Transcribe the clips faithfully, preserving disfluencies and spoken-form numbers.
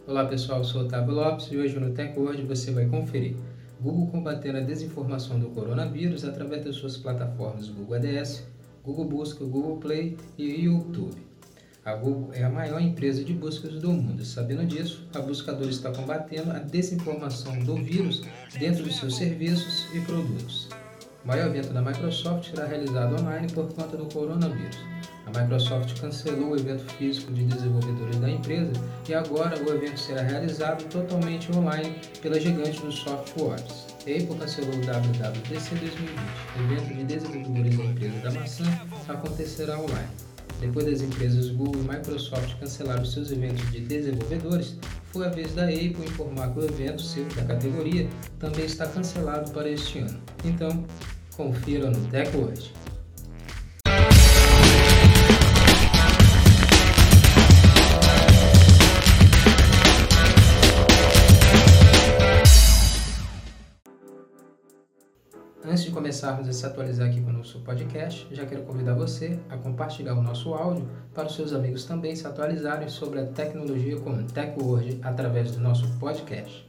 Olá pessoal, eu sou Otávio Lopes e hoje no TechWord você vai conferir Google combatendo a desinformação do coronavírus através das suas plataformas Google A D S, Google Busca, Google Play e YouTube. A Google é a maior empresa de buscas do mundo. Sabendo disso, a buscadora está combatendo a desinformação do vírus dentro dos seus serviços e produtos. O maior evento da Microsoft será realizado online por conta do coronavírus. A Microsoft cancelou o evento físico de desenvolvedores da empresa e agora o evento será realizado totalmente online pela gigante dos softwares. A Apple cancelou o W W D C dois mil e vinte. O evento de desenvolvedores da empresa da maçã acontecerá online. Depois das empresas Google e Microsoft cancelarem seus eventos de desenvolvedores, foi a vez da Apple informar que o evento seu da categoria também está cancelado para este ano. Então, confira no TechWord. Antes de começarmos a se atualizar aqui com o nosso podcast, já quero convidar você a compartilhar o nosso áudio para os seus amigos também se atualizarem sobre a tecnologia com o TechWord através do nosso podcast.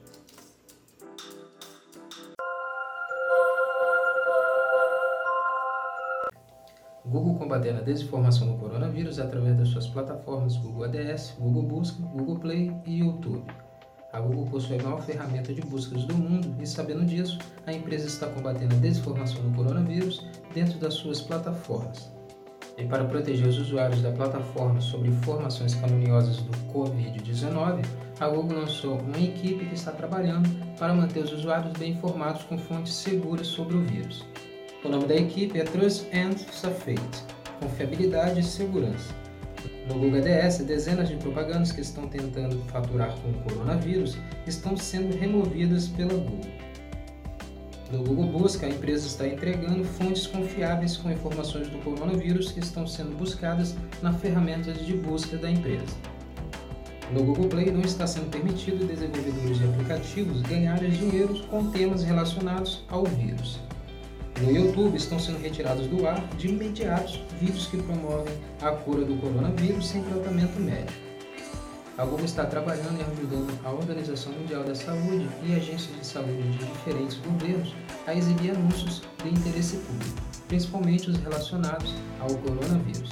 Google combatendo a desinformação do coronavírus através das suas plataformas Google A D S, Google Busca, Google Play e YouTube. A Google possui a maior ferramenta de buscas do mundo e, sabendo disso, a empresa está combatendo a desinformação do coronavírus dentro das suas plataformas. E para proteger os usuários da plataforma sobre informações caluniosas do covid dezenove, a Google lançou uma equipe que está trabalhando para manter os usuários bem informados com fontes seguras sobre o vírus. O nome da equipe é Trust and Safety, confiabilidade e segurança. No Google A D S, dezenas de propagandas que estão tentando faturar com o coronavírus estão sendo removidas pela Google. No Google Busca, a empresa está entregando fontes confiáveis com informações do coronavírus que estão sendo buscadas na ferramenta de busca da empresa. No Google Play, não está sendo permitido desenvolvedores de aplicativos ganharem dinheiro com temas relacionados ao vírus. No YouTube estão sendo retirados do ar de imediato vídeos que promovem a cura do coronavírus sem tratamento médico. A Google está trabalhando e ajudando a Organização Mundial da Saúde e agências de saúde de diferentes governos a exibir anúncios de interesse público, principalmente os relacionados ao coronavírus.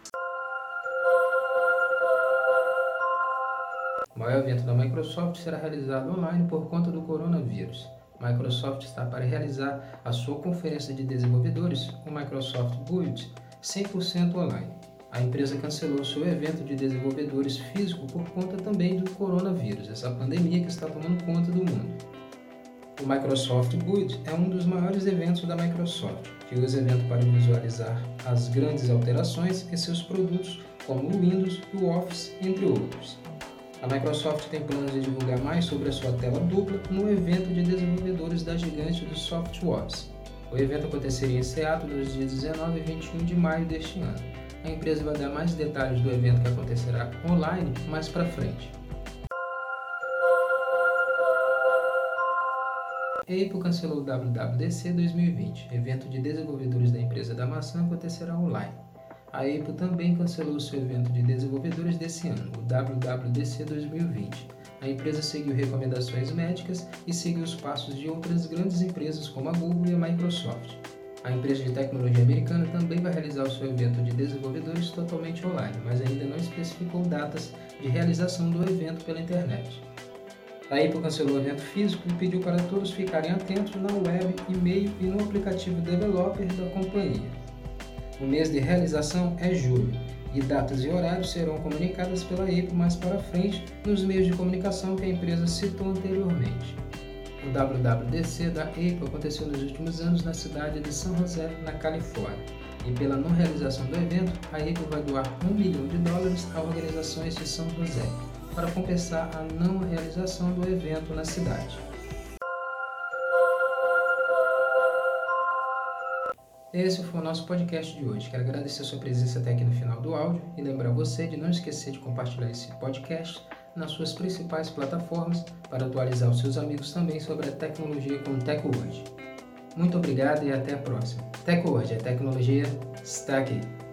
O maior evento da Microsoft será realizado online por conta do coronavírus. A Microsoft está para realizar a sua conferência de desenvolvedores, o Microsoft Build, cem por cento online. A empresa cancelou seu evento de desenvolvedores físico por conta também do coronavírus, essa pandemia que está tomando conta do mundo. O Microsoft Build é um dos maiores eventos da Microsoft, que usa evento para visualizar as grandes alterações em seus produtos, como o Windows e o Office, entre outros. A Microsoft tem planos de divulgar mais sobre a sua tela dupla no evento de desenvolvedores da gigante dos softwares. O evento aconteceria em Seattle nos dias dezenove e vinte e um de maio deste ano. A empresa vai dar mais detalhes do evento que acontecerá online mais para frente. A Apple cancelou o W W D C dois mil e vinte. Evento de desenvolvedores da empresa da maçã acontecerá online. A Apple também cancelou seu evento de desenvolvedores desse ano, o W W D C dois mil e vinte. A empresa seguiu recomendações médicas e seguiu os passos de outras grandes empresas como a Google e a Microsoft. A empresa de tecnologia americana também vai realizar o seu evento de desenvolvedores totalmente online, mas ainda não especificou datas de realização do evento pela internet. A Apple cancelou o evento físico e pediu para todos ficarem atentos na web, e-mail e no aplicativo developer da companhia. O mês de realização é julho e datas e horários serão comunicadas pela Apple mais para frente nos meios de comunicação que a empresa citou anteriormente. O W W D C da Apple aconteceu nos últimos anos na cidade de San José, na Califórnia, e pela não realização do evento, a Apple vai doar um milhão de dólares a organizações de São José para compensar a não realização do evento na cidade. Esse foi o nosso podcast de hoje. Quero agradecer a sua presença até aqui no final do áudio e lembrar você de não esquecer de compartilhar esse podcast nas suas principais plataformas para atualizar os seus amigos também sobre a tecnologia com o TechWord. Muito obrigado e até a próxima. TechWord, a tecnologia está aqui.